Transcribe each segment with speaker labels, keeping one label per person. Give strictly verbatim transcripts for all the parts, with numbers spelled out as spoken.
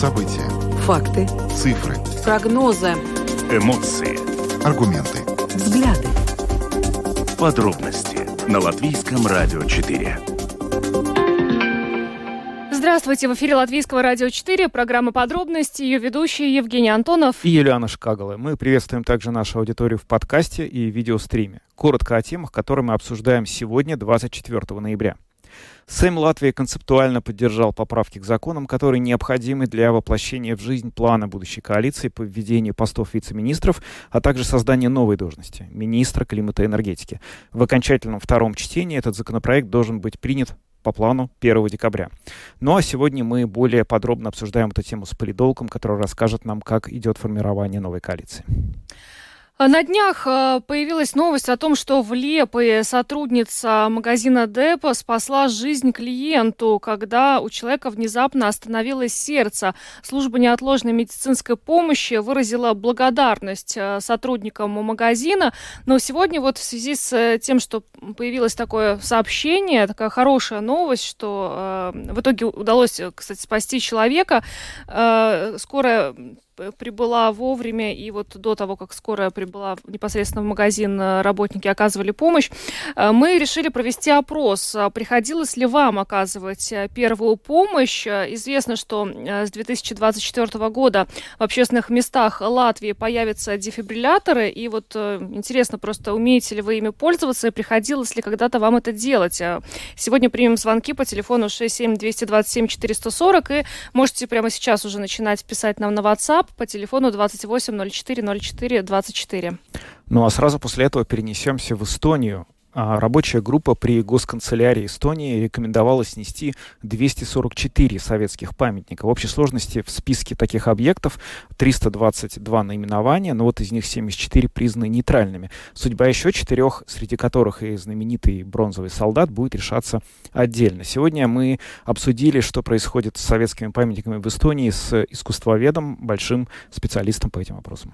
Speaker 1: События.
Speaker 2: Факты.
Speaker 1: Цифры.
Speaker 2: Прогнозы.
Speaker 3: Эмоции.
Speaker 1: Аргументы.
Speaker 2: Взгляды.
Speaker 3: Подробности на Латвийском радио четыре.
Speaker 4: Здравствуйте, в эфире Латвийского радио четыре, программа «Подробности», ее ведущие Евгений Антонов
Speaker 5: и Юлиана Шкагала. Мы приветствуем также нашу аудиторию в подкасте и видеостриме. Коротко о темах, которые мы обсуждаем сегодня, двадцать четвёртого ноября. Сейм Латвии концептуально поддержал поправки к законам, которые необходимы для воплощения в жизнь плана будущей коалиции по введению постов вице-министров, а также создания новой должности – министра климата и энергетики. В окончательном втором чтении этот законопроект должен быть принят по плану первого декабря. Ну а сегодня мы более подробно обсуждаем эту тему с политологом, который расскажет нам, как идет формирование новой коалиции.
Speaker 4: На днях появилась новость о том, что в Лиепае сотрудница магазина Депо спасла жизнь клиенту, когда у человека внезапно остановилось сердце. Служба неотложной медицинской помощи выразила благодарность сотрудникам магазина. Но сегодня вот в связи с тем, что появилось такое сообщение, такая хорошая новость, что в итоге удалось, кстати, спасти человека, скорая прибыла вовремя, и вот до того, как скорая прибыла непосредственно в магазин, работники оказывали помощь, мы решили провести опрос. Приходилось ли вам оказывать первую помощь? Известно, что с две тысячи двадцать четвёртого года в общественных местах Латвии появятся дефибрилляторы, и вот интересно просто, умеете ли вы ими пользоваться, и приходилось ли когда-то вам это делать? Сегодня примем звонки по телефону шесть семь двести двадцать семь четыреста сорок, и можете прямо сейчас уже начинать писать нам на WhatsApp по телефону двадцать восемь ноль четыре ноль четыре двадцать четыре.
Speaker 5: Ну а сразу после этого перенесемся в Эстонию. Рабочая группа при Госканцелярии Эстонии рекомендовала снести двести сорок четыре советских памятника. В общей сложности в списке таких объектов триста двадцать два наименования, но вот из них семьдесят четыре признаны нейтральными. Судьба еще четырех, среди которых и знаменитый бронзовый солдат, будет решаться отдельно. Сегодня мы обсудили, что происходит с советскими памятниками в Эстонии с искусствоведом, большим специалистом по этим вопросам.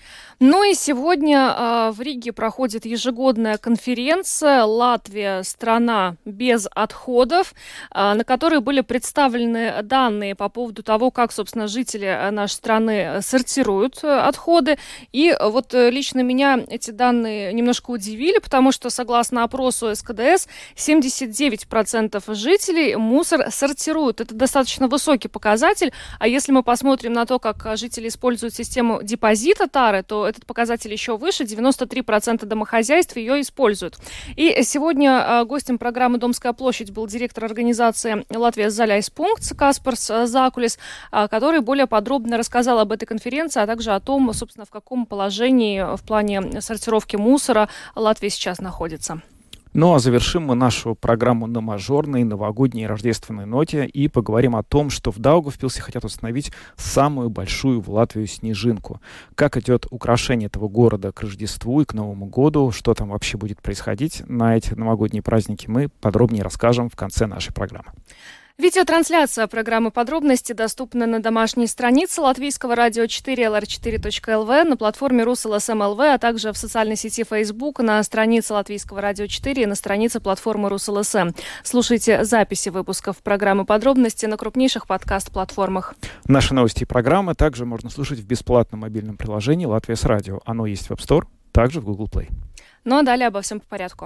Speaker 4: Ну и сегодня э, в Риге проходит ежегодная конференция «Латвия. Страна без отходов», э, на которой были представлены данные по поводу того, как, собственно, жители нашей страны сортируют отходы. И вот лично меня эти данные немножко удивили, потому что, согласно опросу эс ка дэ эс, семьдесят девять процентов жителей мусор сортируют. Это достаточно высокий показатель. А если мы посмотрим на то, как жители используют систему депозита тары, то этот показатель еще выше, девяносто три процента домохозяйств ее используют. И сегодня э, гостем программы «Домская площадь» был директор организации «Латвия Заляйс-Пунктс» Каспарс Закулис, э, который более подробно рассказал об этой конференции, а также о том, собственно, в каком положении в плане сортировки мусора Латвия сейчас находится.
Speaker 5: Ну а завершим мы нашу программу на мажорной, новогодней, рождественной ноте и поговорим о том, что в Даугавпилсе хотят установить самую большую в Латвию снежинку. Как идет украшение этого города к Рождеству и к Новому году, что там вообще будет происходить на эти новогодние праздники, мы подробнее расскажем в конце нашей программы.
Speaker 4: Видеотрансляция программы «Подробности» доступна на домашней странице Латвийского радио четыре эл эр четыре точка эл ви, на платформе РусЛСМ эл ви, а также в социальной сети Facebook, на странице Латвийского радио четыре и на странице платформы РусЛСМ. Слушайте записи выпусков программы «Подробности» на крупнейших подкаст-платформах.
Speaker 5: Наши новости и программы также можно слушать в бесплатном мобильном приложении «Латвия с радио». Оно есть в App Store, также в Google Play.
Speaker 4: Ну а далее обо всем по порядку.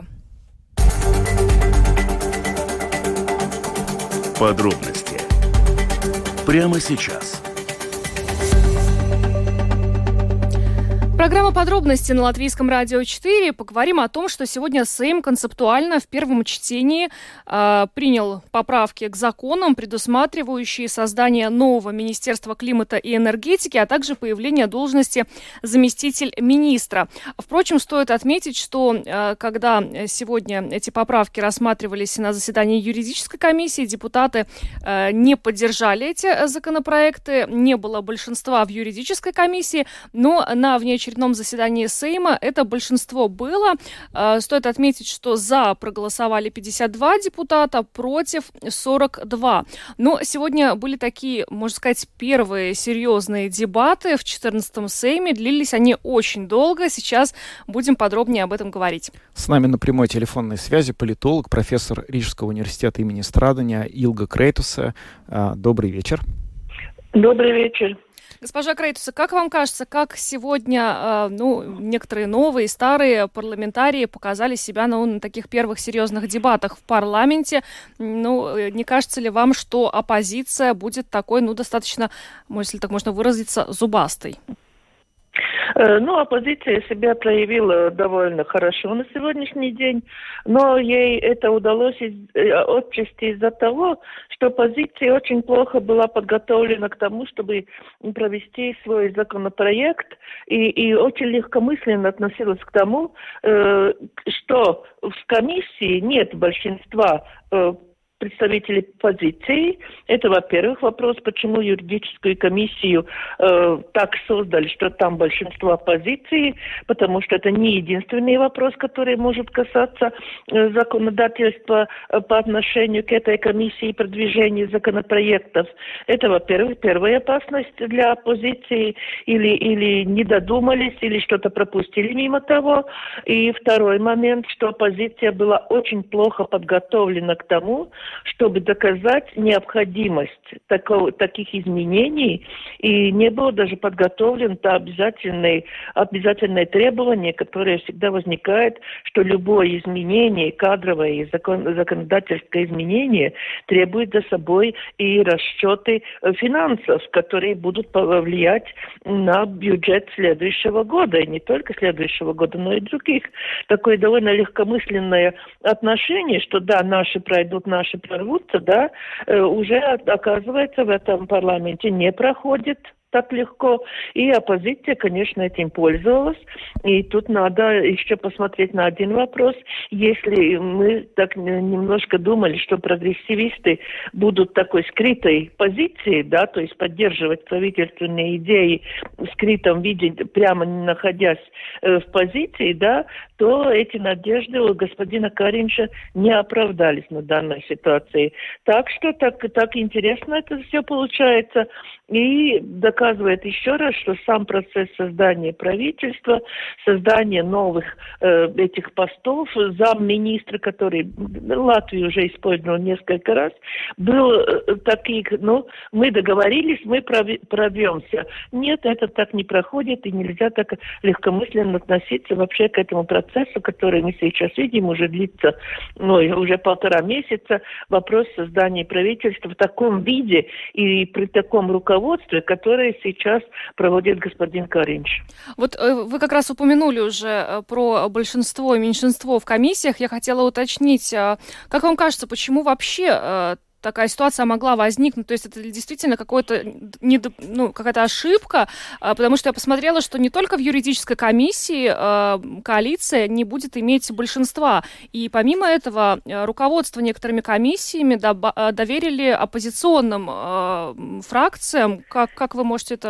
Speaker 3: Подробности прямо сейчас.
Speaker 4: Программа «Подробности» на Латвийском радио четыре. Поговорим о том, что сегодня Сейм концептуально в первом чтении э, принял поправки к законам, предусматривающие создание нового Министерства климата и энергетики, а также появление должности заместитель министра. Впрочем, стоит отметить, что э, когда сегодня эти поправки рассматривались на заседании юридической комиссии, депутаты э, не поддержали эти законопроекты, не было большинства в юридической комиссии, но на внеочередном очередном заседании Сейма это большинство было. Стоит отметить, что за проголосовали пятьдесят два депутата, против сорок два. Но сегодня были такие, можно сказать, первые серьезные дебаты в четырнадцатом Сейме. Длились они очень долго. Сейчас будем подробнее об этом говорить.
Speaker 5: С нами на прямой телефонной связи политолог, профессор Рижского университета имени Страдания Илга Крейтуса. Добрый вечер.
Speaker 1: Добрый вечер.
Speaker 4: Госпожа Крейтус, как вам кажется, как сегодня ну, некоторые новые, старые парламентарии показали себя ну, на таких первых серьезных дебатах в парламенте? Ну, не кажется ли вам, что оппозиция будет такой, ну, достаточно, если так можно выразиться, зубастой?
Speaker 1: Ну, оппозиция себя проявила довольно хорошо на сегодняшний день, но ей это удалось из, отчасти из-за того, что оппозиция очень плохо была подготовлена к тому, чтобы провести свой законопроект, и, и очень легкомысленно относилась к тому, э, что в комиссии нет большинства э, представителей оппозиции. Это, во-первых, вопрос, почему юридическую комиссию э, так создали, что там большинство оппозиции, потому что это не единственный вопрос, который может касаться э, законодательства э, по отношению к этой комиссии продвижения законопроектов. Это, во-первых, первая опасность для оппозиции, или, или не додумались, или что-то пропустили мимо того. И второй момент, что оппозиция была очень плохо подготовлена к тому, чтобы доказать необходимость такого, таких изменений, и не было даже подготовлено то обязательное, обязательное требование, которое всегда возникает, что любое изменение, кадровое и закон, законодательское изменение требует за собой и расчеты финансов, которые будут повлиять на бюджет следующего года, и не только следующего года, но и других. Такое довольно легкомысленное отношение, что да, наши пройдут, наши прорвутся, да, уже оказывается в этом парламенте не проходит так легко. И оппозиция, конечно, этим пользовалась. И тут надо еще посмотреть на один вопрос. Если мы так немножко думали, что прогрессивисты будут такой скрытой позиции, да, то есть поддерживать правительственные идеи в скрытом виде, прямо не находясь э, в позиции, да, то эти надежды у господина Кариньша не оправдались на данной ситуации. Так что так, так интересно это все получается. И доказывает еще раз, что сам процесс создания правительства, создания новых э, этих постов, замминистра, который Латвию уже использовал несколько раз, был э, таких, ну, мы договорились, мы прорвемся. Нет, это так не проходит, и нельзя так легкомысленно относиться вообще к этому процессу, который мы сейчас видим, уже длится, ну, уже полтора месяца. Вопрос создания правительства в таком виде и при таком руководстве, которое сейчас проводит господин Кариньш.
Speaker 4: Вот вы как раз упомянули уже про большинство и меньшинство в комиссиях. Я хотела уточнить, как вам кажется, почему вообще такая ситуация могла возникнуть? То есть это действительно какое-то, ну, какая-то ошибка, потому что я посмотрела, что не только в юридической комиссии коалиция не будет иметь большинства. И помимо этого руководство некоторыми комиссиями доверили оппозиционным фракциям. Как, как вы можете это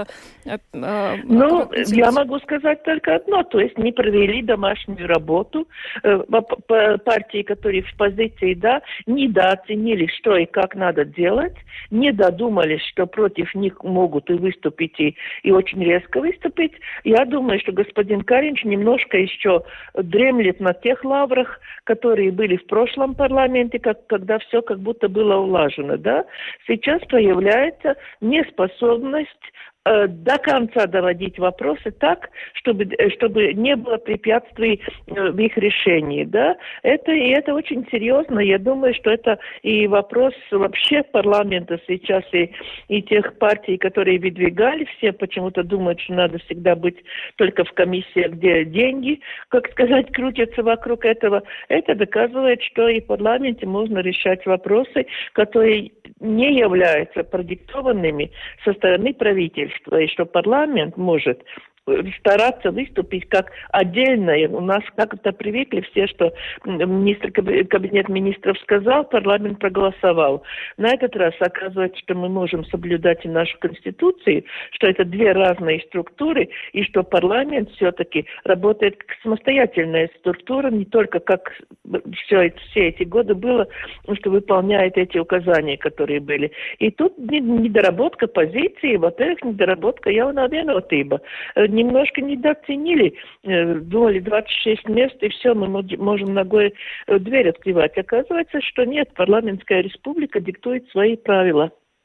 Speaker 1: Ну, я могу сказать только одно. То есть не провели домашнюю работу. Партии, которые в позиции, да, недооценили, что и как надо делать, не додумались, что против них могут и выступить, и, и очень резко выступить. Я думаю, что господин Кариньш немножко еще дремлет на тех лаврах, которые были в прошлом парламенте, как, когда все как будто было улажено. Да? Сейчас проявляется неспособность до конца доводить вопросы так, чтобы, чтобы не было препятствий в их решении. Да? Это, и это очень серьезно. Я думаю, что это и вопрос вообще парламента сейчас, и, и тех партий, которые выдвигали, все почему-то думают, что надо всегда быть только в комиссиях, где деньги, как сказать, крутятся вокруг этого. Это доказывает, что и в парламенте можно решать вопросы, которые не являются продиктованными со стороны правительства, и что парламент может стараться выступить как отдельное. У нас как-то привыкли все, что министр, кабинет министров сказал, парламент проголосовал. На этот раз оказывается, что мы можем соблюдать и нашу конституцию, что это две разные структуры, и что парламент все-таки работает как самостоятельная структура, не только как все, все эти годы было, что выполняет эти указания, которые были. И тут недоработка позиции, во-первых, недоработка явно виноватыба. Немножко недооценили, думали двадцать шесть мест, и все, мы можем ногой дверь открывать. Оказывается, что нет, парламентская республика диктует свои правила.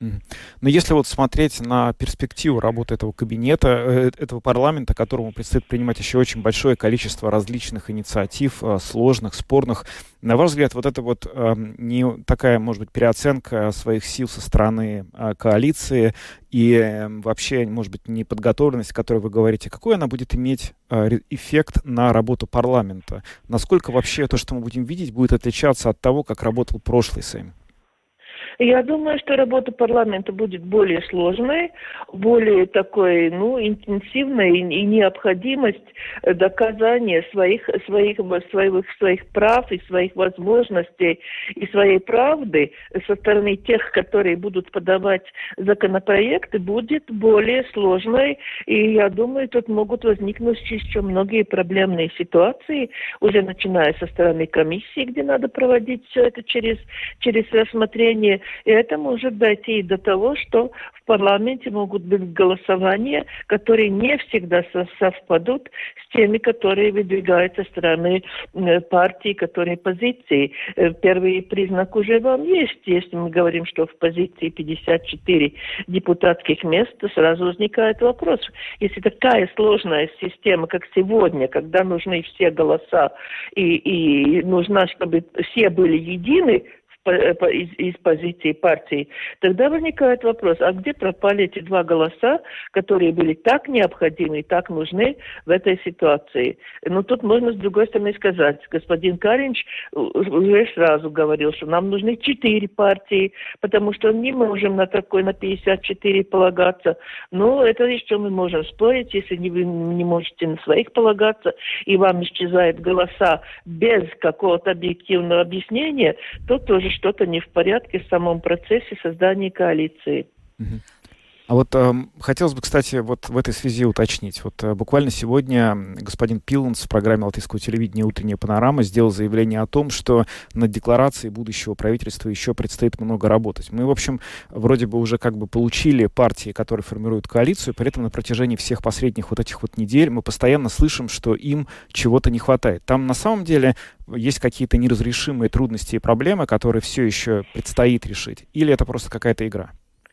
Speaker 5: Но если вот смотреть на перспективу работы этого кабинета, этого парламента, которому предстоит принимать еще очень большое количество различных инициатив, сложных, спорных, на ваш взгляд, вот это вот не такая, может быть, переоценка своих сил со стороны коалиции и вообще, может быть, неподготовленность, о которой вы говорите, какой она будет иметь эффект на работу парламента? Насколько вообще то, что мы будем видеть, будет отличаться от того, как работал прошлый Сейм?
Speaker 1: Я думаю, что работа парламента будет более сложной, более такой, ну, интенсивной, и необходимость доказания своих, своих, своих, своих прав и своих возможностей и своей правды со стороны тех, которые будут подавать законопроекты, будет более сложной. И я думаю, тут могут возникнуть еще многие проблемные ситуации, уже начиная со стороны комиссии, где надо проводить все это через, через рассмотрение. И это может дойти и до того, что в парламенте могут быть голосования, которые не всегда совпадут с теми, которые выдвигаются со стороны партии, которые позиции. Первый признак уже вам есть. Если мы говорим, что в позиции пятьдесят четыре депутатских мест, то сразу возникает вопрос. Если такая сложная система, как сегодня, когда нужны все голоса и, и нужно, чтобы все были едины, Из, из позиции партии, тогда возникает вопрос, а где пропали эти два голоса, которые были так необходимы и так нужны в этой ситуации? Но тут можно с другой стороны сказать, господин Каринч уже сразу говорил, что нам нужны четыре партии, потому что не можем на такой, на пятьдесят четыре полагаться. Но это еще мы можем спорить, если не, вы не можете на своих полагаться, и вам исчезают голоса без какого-то объективного объяснения, то тоже что-то не в порядке в самом процессе создания коалиции.
Speaker 5: А вот э, хотелось бы, кстати, вот в этой связи уточнить. Вот э, буквально сегодня господин Пилунс в программе латвийского телевидения «Утренняя панорама» сделал заявление о том, что над декларацией будущего правительства еще предстоит много работать. Мы, в общем, вроде бы уже как бы получили партии, которые формируют коалицию, при этом на протяжении всех последних вот этих вот недель мы постоянно слышим, что им чего-то не хватает. Там на самом деле есть какие-то неразрешимые трудности и проблемы, которые все еще предстоит решить? Или это просто какая-то игра?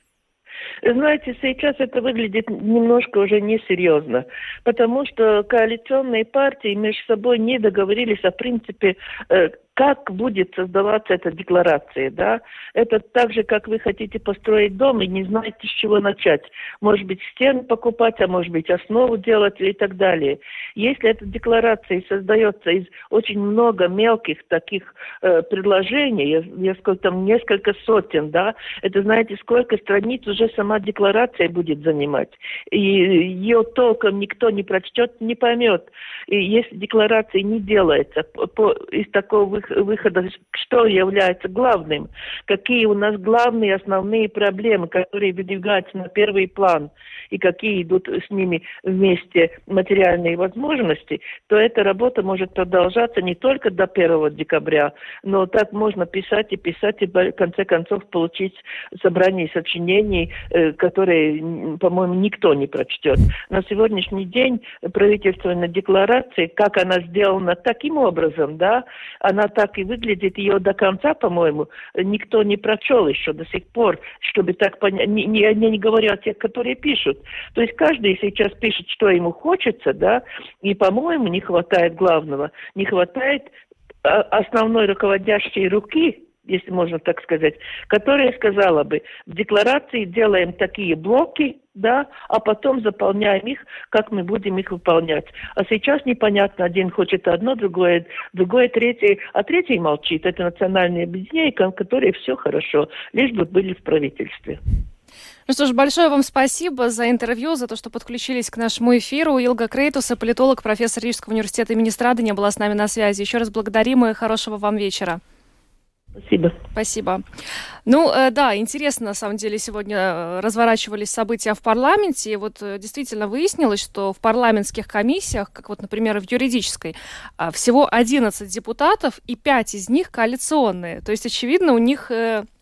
Speaker 1: Знаете, сейчас это выглядит немножко уже несерьезно, потому что коалиционные партии между собой не договорились о принципе, э, как будет создаваться эта декларация, да? Это так же, как вы хотите построить дом и не знаете, с чего начать. Может быть, стены покупать, а может быть, основу делать и так далее. Если эта декларация создается из очень много мелких таких э, предложений, я, я сколько там, несколько сотен, да, это знаете, сколько страниц уже сама декларация будет занимать. И ее толком никто не прочтет, не поймет. И если декларация не делается по, по, из такого выхода, выхода, что является главным, какие у нас главные основные проблемы, которые выдвигаются на первый план, и какие идут с ними вместе материальные возможности, то эта работа может продолжаться не только до первого декабря, но так можно писать и писать, и в конце концов получить собрание сочинений, которые, по-моему, никто не прочтет. На сегодняшний день правительственная декларация, как она сделана таким образом, да, она так и выглядит, ее до конца, по-моему, никто не прочел еще до сих пор, чтобы так понять, не, не, не говоря о тех, которые пишут. То есть каждый сейчас пишет, что ему хочется, да, и, по-моему, не хватает главного, не хватает основной руководящей руки, если можно так сказать, которая сказала бы, в декларации делаем такие блоки, да, а потом заполняем их, как мы будем их выполнять. А сейчас непонятно, один хочет одно, другое, другое, третье, а третий молчит. Это национальные объединения, которые все хорошо, лишь бы были в правительстве.
Speaker 4: Ну что ж, большое вам спасибо за интервью, за то, что подключились к нашему эфиру. Илга Крейтуса, политолог, профессор Рижского университета имени Страдания, была с нами на связи. Еще раз благодарим и хорошего вам вечера.
Speaker 1: Спасибо.
Speaker 4: Спасибо. Ну, э, да, интересно, на самом деле, сегодня разворачивались события в парламенте. И вот э, действительно выяснилось, что в парламентских комиссиях, как вот, например, в юридической, э, всего одиннадцать депутатов, и пять из них коалиционные. То есть, очевидно, у них... Э,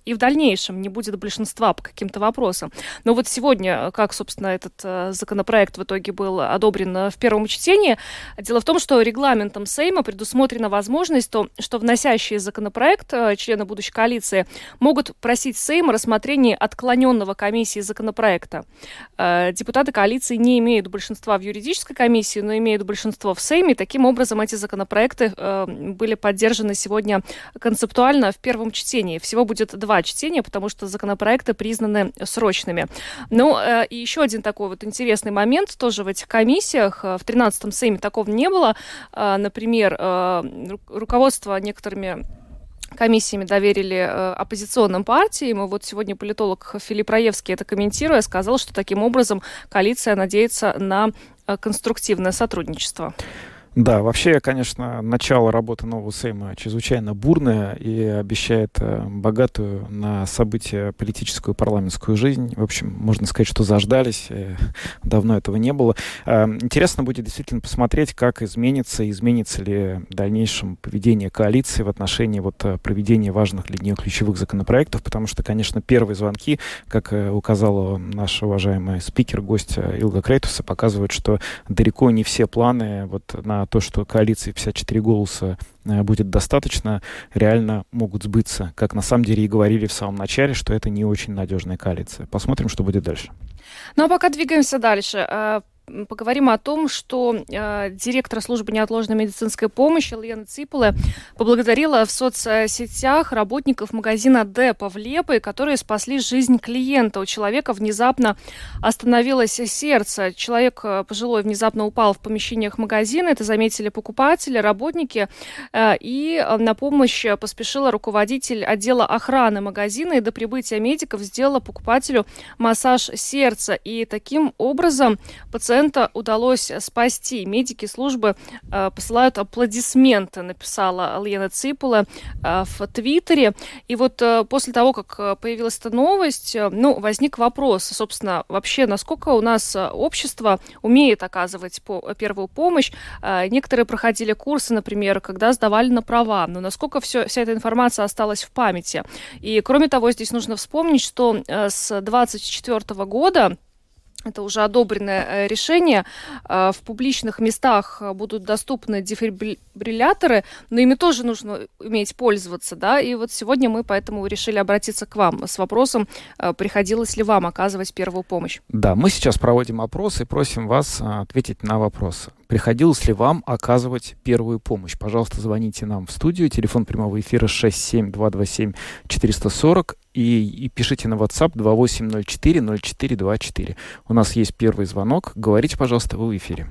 Speaker 4: и в дальнейшем не будет большинства по каким-то вопросам. Но вот сегодня, как, собственно, этот э, законопроект в итоге был одобрен в первом чтении, дело в том, что регламентом Сейма предусмотрена возможность, то, что вносящие законопроект э, члены будущей коалиции могут просить Сейма рассмотрения отклоненного комиссией законопроекта. Э, депутаты коалиции не имеют большинства в юридической комиссии, но имеют большинство в Сейме. Таким образом, эти законопроекты э, были поддержаны сегодня концептуально в первом чтении. Всего будет два чтения, потому что законопроекты признаны срочными. Ну, э, и еще один такой вот интересный момент тоже в этих комиссиях. В тринадцатом Сейме такого не было. Э, например, э, руководство некоторыми комиссиями доверили э, оппозиционным партиям. И вот сегодня политолог Филипп Раевский, это комментируя, сказал, что таким образом коалиция надеется на э, конструктивное сотрудничество.
Speaker 5: Да, вообще, конечно, начало работы нового Сейма чрезвычайно бурное и обещает э, богатую на события политическую и парламентскую жизнь. В общем, можно сказать, что заждались. Э, давно этого не было. Э, интересно будет действительно посмотреть, как изменится, изменится ли в дальнейшем поведение коалиции в отношении вот, проведения важных для нее ключевых законопроектов, потому что, конечно, первые звонки, как э, указала наш уважаемый спикер, гость Илга Крейтуса, показывают, что далеко не все планы вот, на то, что коалиции пятьдесят четыре голоса будет достаточно, реально могут сбыться. Как на самом деле и говорили в самом начале, что это не очень надежная коалиция. Посмотрим, что будет дальше.
Speaker 4: Ну а пока двигаемся дальше. Поговорим о том, что э, директор службы неотложной медицинской помощи Лена Ципуле поблагодарила в соцсетях работников магазина Депо в Лепое, которые спасли жизнь клиента. У человека внезапно остановилось сердце. Человек пожилой внезапно упал в помещениях магазина. Это заметили покупатели, работники. Э, и на помощь поспешила руководитель отдела охраны магазина. И до прибытия медиков сделала покупателю массаж сердца. И таким образом пациент удалось спасти. Медики службы э, посылают аплодисменты, написала Лена Ципуле э, в Твиттере. И вот э, после того, как появилась эта новость, э, ну, возник вопрос, собственно, вообще, насколько у нас общество умеет оказывать по- первую помощь. Э, некоторые проходили курсы, например, когда сдавали на права. Но насколько все, вся эта информация осталась в памяти. И, кроме того, здесь нужно вспомнить, что э, с двадцать четвёртого года это уже одобренное решение. В публичных местах будут доступны дефибрилляторы, но ими тоже нужно уметь пользоваться, да, и вот сегодня мы поэтому решили обратиться к вам с вопросом, приходилось ли вам оказывать первую помощь.
Speaker 5: Да, мы сейчас проводим опрос и просим вас ответить на вопросы. Приходилось ли вам оказывать первую помощь? Пожалуйста, звоните нам в студию. Телефон прямого эфира шесть семь два два семь четыреста сорок и, и пишите на WhatsApp два восемь ноль четыре ноль четыре два четыре. У нас есть первый звонок. Говорите, пожалуйста, вы в эфире.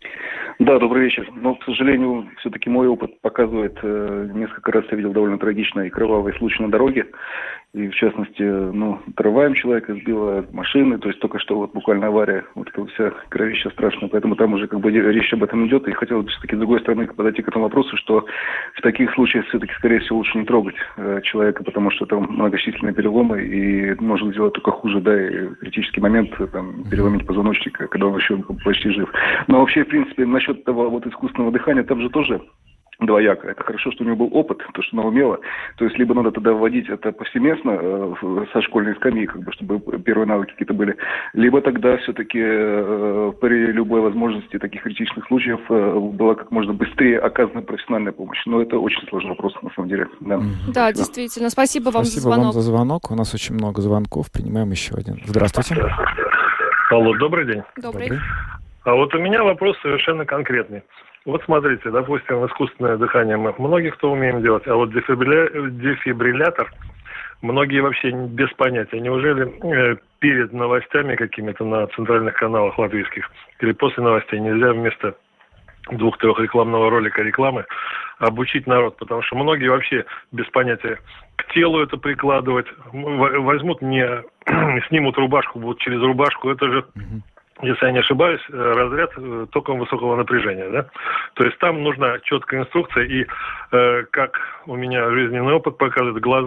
Speaker 6: Да, добрый вечер. Но, к сожалению, все-таки мой опыт показывает, э, несколько раз я видел довольно трагичный и кровавый случай на дороге. И, в частности, ну, трамваем человека сбила машины, то есть только что вот буквально авария, вот это вся кровища страшная, поэтому там уже как бы речь об этом идет. И хотелось бы все-таки с другой стороны подойти к этому вопросу, что в таких случаях все-таки, скорее всего, лучше не трогать э, человека, потому что там многочисленные переломы, и может сделать только хуже, да, и критический момент, там, переломить позвоночник, когда он еще почти жив. Но вообще, в принципе, насчет того вот искусственного дыхания, там же тоже двояко. Это хорошо, что у него был опыт, то, что она умела. То есть, либо надо тогда вводить это повсеместно э, со школьной скамьи, как бы, чтобы первые навыки какие-то были, либо тогда все-таки э, при любой возможности таких критичных случаев э, была как можно быстрее оказана профессиональная помощь. Но это очень сложный вопрос, на самом деле. Да,
Speaker 4: mm-hmm. да действительно. Спасибо вам
Speaker 5: Спасибо
Speaker 4: за звонок.
Speaker 5: вам за звонок. У нас очень много звонков. Принимаем еще один. Здравствуйте.
Speaker 7: Алло, добрый день.
Speaker 4: Добрый.
Speaker 5: Добрый.
Speaker 7: А вот у меня вопрос совершенно конкретный. Вот смотрите, допустим, искусственное дыхание мы многие кто умеем делать, а вот дефибрилля... дефибриллятор многие вообще без понятия. Неужели э, перед новостями какими-то на центральных каналах латвийских или после новостей нельзя вместо двух-трех рекламного ролика рекламы обучить народ? Потому что многие вообще без понятия к телу это прикладывать. Возьмут, не снимут рубашку, будут через рубашку. Это же... если я не ошибаюсь, разряд током высокого напряжения, да? То есть там нужна четкая инструкция, и э, как у меня жизненный опыт показывает, глаза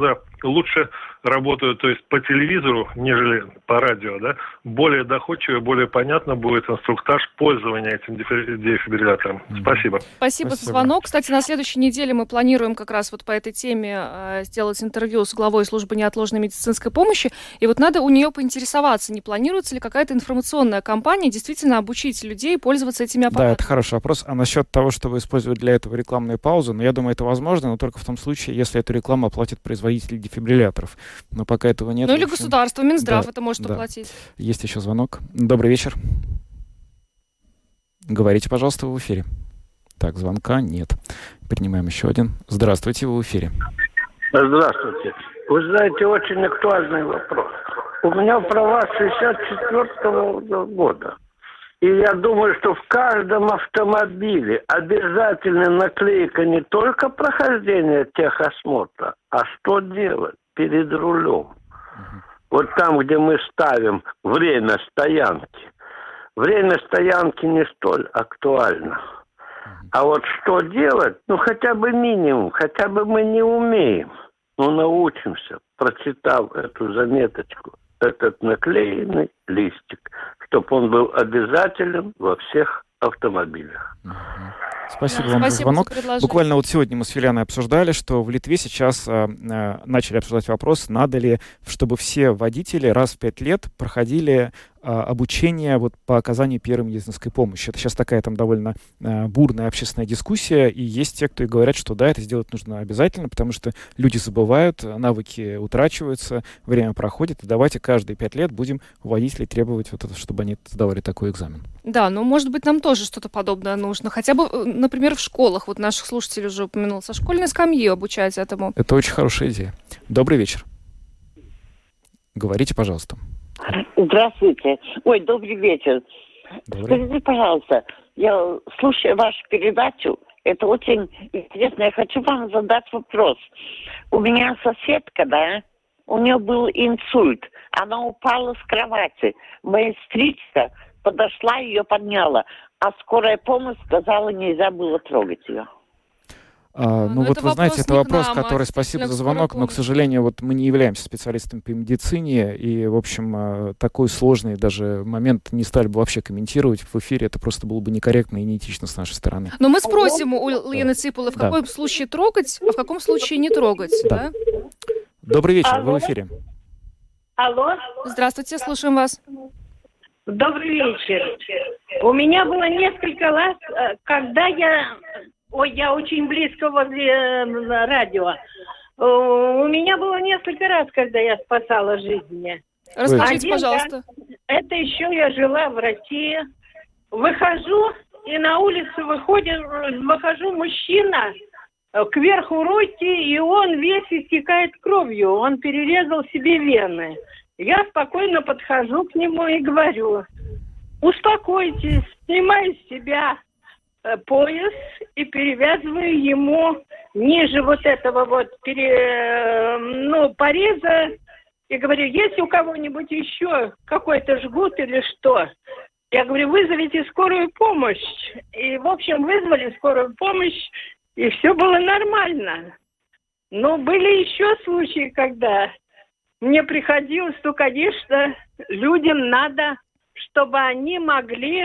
Speaker 7: лучше работают, то есть по телевизору, нежели по радио, да, более доходчиво, более понятно будет инструктаж пользования этим дефибриллятором. Mm-hmm. Спасибо.
Speaker 4: Спасибо за звонок. Кстати, на следующей неделе мы планируем как раз вот по этой теме э, сделать интервью с главой службы неотложной медицинской помощи. И вот надо у нее поинтересоваться, не планируется ли какая-то информационная кампания действительно обучить людей пользоваться этими аппаратами.
Speaker 5: Да, это хороший вопрос. А насчет того, чтобы использовать для этого рекламные паузы, ну, я думаю, это возможно, но только в том случае, если эту рекламу оплатит производитель дефибрилляторов. Но пока этого нет.
Speaker 4: Ну или
Speaker 5: общем...
Speaker 4: государство, Минздрав
Speaker 5: да,
Speaker 4: это может
Speaker 5: да.
Speaker 4: оплатить.
Speaker 5: Есть еще звонок. Добрый вечер. Говорите, пожалуйста, вы в эфире. Так, звонка нет. Принимаем еще один. Здравствуйте, вы в эфире.
Speaker 8: Здравствуйте. Вы знаете, очень актуальный вопрос. У меня права шестьдесят четвёртого года. И я думаю, что в каждом автомобиле обязательно наклейка не только прохождения техосмотра, а что делать перед рулем. Вот там, где мы ставим время стоянки. Время стоянки не столь актуально. А вот что делать, ну хотя бы минимум, хотя бы мы не умеем, но научимся, прочитав эту заметочку, этот наклеенный листик, чтобы он был обязателен во всех автомобилях.
Speaker 5: Спасибо вам за звонок. Буквально вот сегодня мы с Филианой обсуждали, что в Литве сейчас э, э, начали обсуждать вопрос, надо ли, чтобы все водители раз в пять лет проходили э, обучение вот, по оказанию первой медицинской помощи. Это сейчас такая там довольно э, бурная общественная дискуссия, и есть те, кто и говорят, что да, это сделать нужно обязательно, потому что люди забывают, навыки утрачиваются, время проходит, и давайте каждые пять лет будем у водителей требовать, вот это, чтобы они сдавали такой экзамен.
Speaker 4: Да, но может быть нам тоже что-то подобное нужно, хотя бы, например, в школах, вот наших слушателей уже упомянул, со школьной скамьи обучать этому.
Speaker 5: Это очень хорошая идея. Добрый вечер. Говорите, пожалуйста.
Speaker 9: Здравствуйте. Ой, добрый вечер.
Speaker 5: Добрый.
Speaker 9: Скажите, пожалуйста, я слушаю вашу передачу, это очень интересно. Я хочу вам задать вопрос. У меня соседка, да, у нее был инсульт. Она упала с кровати. Моя сестричка подошла, ее подняла. А скорая помощь сказала, нельзя было трогать ее.
Speaker 5: А, ну,
Speaker 4: ну
Speaker 5: вот вы знаете, это вопрос,
Speaker 4: нам,
Speaker 5: который,
Speaker 4: а
Speaker 5: спасибо за звонок, но, к сожалению, вот мы не являемся специалистами по медицине, и, в общем, такой сложный даже момент не стали бы вообще комментировать в эфире, это просто было бы некорректно и неэтично с нашей стороны.
Speaker 4: Но мы спросим у Лены Ципулы, в
Speaker 5: да.
Speaker 4: каком случае трогать, а в каком случае не трогать, да?
Speaker 5: да? Добрый вечер,
Speaker 10: Алло.
Speaker 5: вы в эфире.
Speaker 10: Алло.
Speaker 4: Здравствуйте, слушаем вас.
Speaker 10: Добрый вечер. У меня было несколько раз, когда я... Ой, я очень близко возле э, радио. У меня было несколько раз, когда я спасала жизни.
Speaker 4: Расскажите,
Speaker 10: Один
Speaker 4: пожалуйста.
Speaker 10: раз, это еще я жила в России. Выхожу, и на улицу выходит, выхожу мужчина, кверху руки, и он весь истекает кровью. Он перерезал себе вены. Я спокойно подхожу к нему и говорю: успокойтесь, снимай с себя пояс и перевязываю ему ниже вот этого вот пере, ну, пореза. И говорю, есть у кого-нибудь еще какой-то жгут или что? Я говорю, вызовите скорую помощь. И, в общем, вызвали скорую помощь, и все было нормально. Но были еще случаи, когда мне приходилось, то, конечно, людям надо, чтобы они могли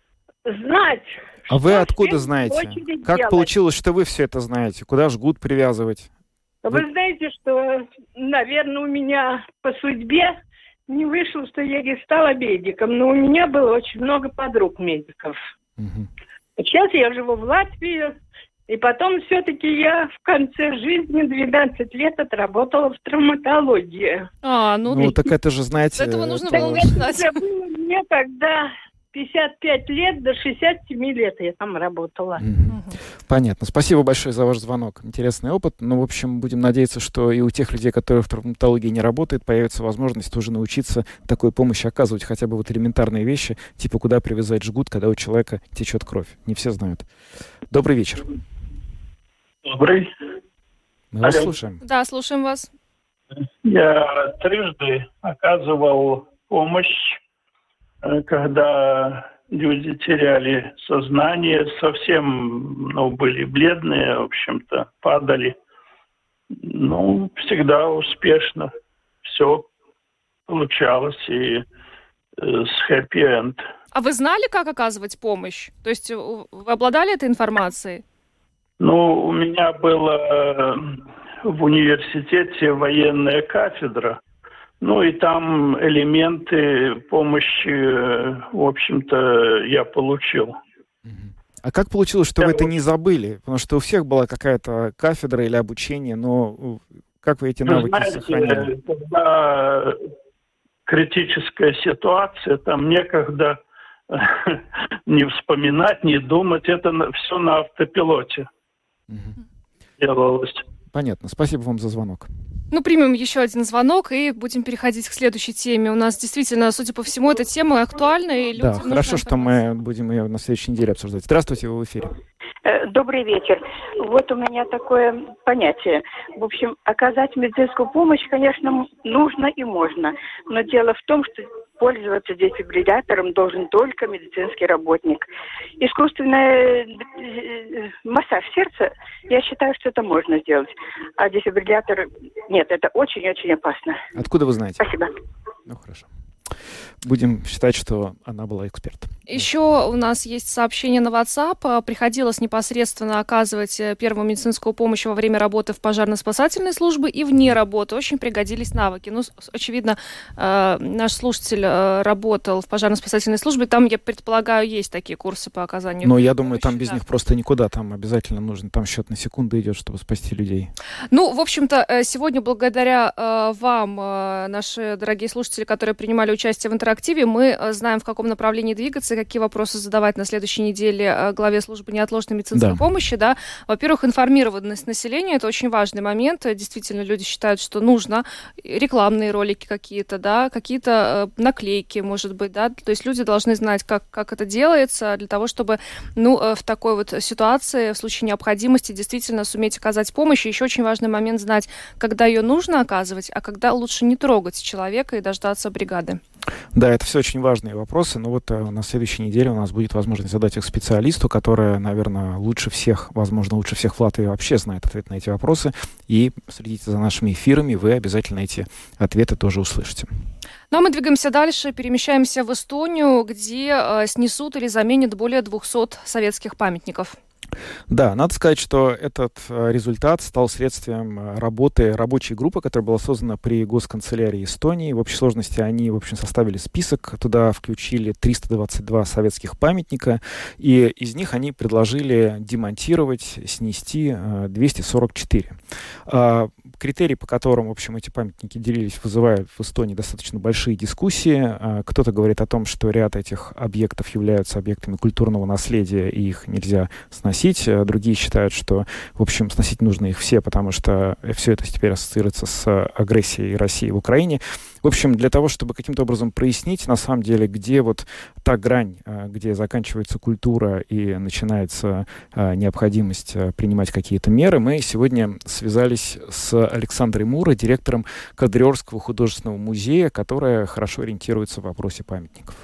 Speaker 10: знать.
Speaker 5: А вы откуда знаете? Как делать? Получилось, что вы все это знаете? Куда жгут привязывать?
Speaker 10: Вы, вы знаете, что, наверное, у меня по судьбе не вышло, что я не стала медиком, но у меня было очень много подруг медиков. Угу. Сейчас я живу в Латвии, и потом все-таки я в конце жизни двенадцать лет отработала в травматологии.
Speaker 4: А, ну,
Speaker 5: ну так это же, знаете...
Speaker 4: С этого нужно
Speaker 5: это...
Speaker 4: было начинать.
Speaker 10: Это было мне, когда... пятьдесят пять лет до шестидесяти семи лет я там работала.
Speaker 5: Mm-hmm. Понятно. Спасибо большое за ваш звонок. Интересный опыт. Ну, в общем, будем надеяться, что и у тех людей, которые в травматологии не работают, появится возможность тоже научиться такой помощи оказывать. Хотя бы вот элементарные вещи, типа куда привязать жгут, когда у человека течет кровь. Не все знают. Добрый вечер.
Speaker 11: Добрый.
Speaker 5: Мы вас Алло. слушаем.
Speaker 4: Да, слушаем вас.
Speaker 11: Я трижды оказывал помощь, когда люди теряли сознание, совсем, ну, были бледные, в общем-то, падали. Ну, всегда успешно. Все получалось и э, с хэппи-энд.
Speaker 4: А вы знали, как оказывать помощь? То есть вы обладали этой информацией?
Speaker 11: Ну, у меня была в университете военная кафедра. Ну, и там элементы помощи, в общем-то, я получил.
Speaker 5: А как получилось, что я вы это не забыли? Потому что у всех была какая-то кафедра или обучение, но как вы эти навыки
Speaker 11: знаете,
Speaker 5: сохранили?
Speaker 11: Когда критическая ситуация, там некогда не вспоминать, не думать, это все на автопилоте угу. делалось.
Speaker 5: Понятно. Спасибо вам за звонок.
Speaker 4: Ну, примем еще один звонок и будем переходить к следующей теме. У нас действительно, судя по всему, эта тема актуальна. И
Speaker 5: да, хорошо, что мы будем ее на следующей неделе обсуждать. Здравствуйте, вы в эфире.
Speaker 12: Добрый вечер. Вот у меня такое понятие. В общем, оказать медицинскую помощь, конечно, нужно и можно. Но дело в том, что пользоваться дефибриллятором должен только медицинский работник. Искусственный массаж сердца, я считаю, что это можно сделать. А дефибриллятор, нет, это очень-очень опасно.
Speaker 5: Откуда вы знаете?
Speaker 12: Спасибо.
Speaker 5: Ну, хорошо. Будем считать, что она была экспертом.
Speaker 4: Еще у нас есть сообщение на WhatsApp. Приходилось непосредственно оказывать первую медицинскую помощь во время работы в пожарно-спасательной службе и вне работы. Очень пригодились навыки. Ну, очевидно, наш слушатель работал в пожарно-спасательной службе. Там, я предполагаю, есть такие курсы по оказанию
Speaker 5: Но
Speaker 4: помощи.
Speaker 5: я думаю, там без да. них просто никуда. Там обязательно нужно. Там счет на секунды идет, чтобы спасти людей.
Speaker 4: Ну, в общем-то, сегодня благодаря вам, наши дорогие слушатели, которые принимали участие в интерактиве, мы знаем, в каком направлении двигаться, какие вопросы задавать на следующей неделе главе службы неотложной медицинской да. помощи. Да. Во-первых, информированность населения – это очень важный момент. Действительно, люди считают, что нужно рекламные ролики какие-то, да, какие-то наклейки, может быть, да. То есть люди должны знать, как, как это делается, для того, чтобы, ну, в такой вот ситуации, в случае необходимости, действительно суметь оказать помощь. И еще очень важный момент знать, когда ее нужно оказывать, а когда лучше не трогать человека и дождаться бригады.
Speaker 5: Да, это все очень важные вопросы, но вот э, на следующей неделе у нас будет возможность задать их специалисту, которая, наверное, лучше всех, возможно, лучше всех в Латвии вообще знает ответ на эти вопросы. И следите за нашими эфирами, вы обязательно эти ответы тоже услышите.
Speaker 4: Ну а мы двигаемся дальше, перемещаемся в Эстонию, где э, снесут или заменят более двухсот советских памятников.
Speaker 5: Да, надо сказать, что этот результат стал следствием работы рабочей группы, которая была создана при Госканцелярии Эстонии. В общей сложности они, в общем, составили список. Туда включили триста двадцать два советских памятника, и из них они предложили демонтировать, снести двести сорок четыре. Критерии, по которым, в общем, эти памятники делились, вызывают в Эстонии достаточно большие дискуссии. Кто-то говорит о том, что ряд этих объектов являются объектами культурного наследия, и их нельзя сносить. Другие считают, что, в общем, сносить нужно их все, потому что все это теперь ассоциируется с агрессией России в Украине. В общем, для того, чтобы каким-то образом прояснить, на самом деле, где вот та грань, где заканчивается культура и начинается необходимость принимать какие-то меры, мы сегодня связались с Александрой Мура, директором Кадрёрского художественного музея, которая хорошо ориентируется в вопросе памятников.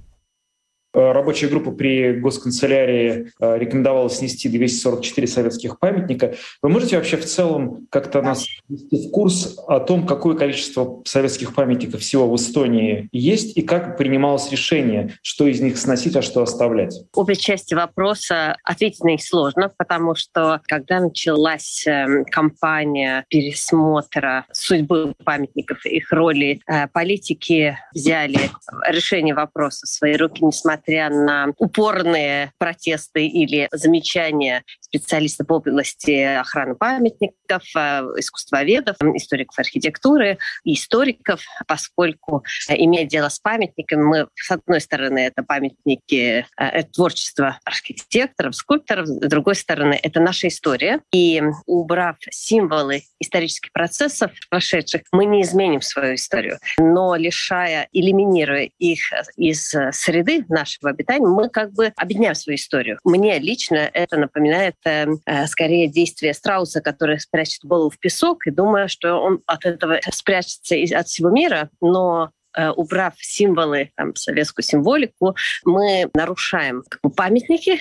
Speaker 13: Рабочая группа при Госканцелярии рекомендовала снести двести сорок четыре советских памятника. Вы можете вообще в целом как-то нас ввести в курс о том, какое количество советских памятников всего в Эстонии есть и как принималось решение, что из них сносить, а что оставлять?
Speaker 14: Обе части вопроса ответить на них сложно, потому что когда началась кампания пересмотра судьбы памятников, их роли, политики взяли решение вопроса в свои руки, несмотря несмотря на упорные протесты или замечания специалистов в области охраны памятников, искусствоведов, историков архитектуры и историков, поскольку, имея дело с памятниками, мы, с одной стороны, это памятники, это творчество архитекторов, скульпторов, с другой стороны, это наша история. И убрав символы исторических процессов прошедших, мы не изменим свою историю. Но лишая, элиминируя их из среды нашего обитания, мы как бы объединяем свою историю. Мне лично это напоминает э, э, скорее действие страуса, который спрячет голову в песок и думая, что он от этого спрячется от всего мира, но убрав символы, там, советскую символику, мы нарушаем памятники,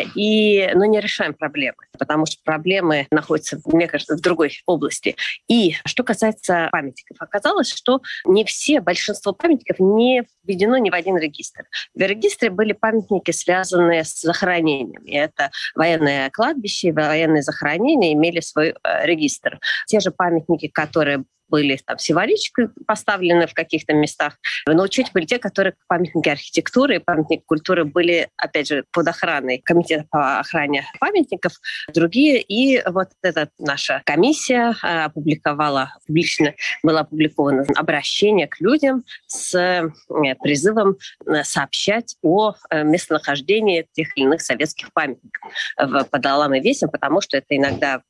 Speaker 14: и, но не решаем проблемы, потому что проблемы находятся, мне кажется, в другой области. И что касается памятников, оказалось, что не все, большинство памятников не введено ни в один регистр. В регистре были памятники, связанные с захоронением. И это военное кладбище, военные захоронения имели свой э, регистр. Те же памятники, которые были там символически поставлены в каких-то местах, но учете были те, которые памятники архитектуры и памятники культуры были, опять же, под охраной Комитета по охране памятников, другие. И вот эта наша комиссия опубликовала, публично было опубликовано обращение к людям с призывом сообщать о местонахождении тех или иных советских памятников под Алам и Весем, потому что это иногда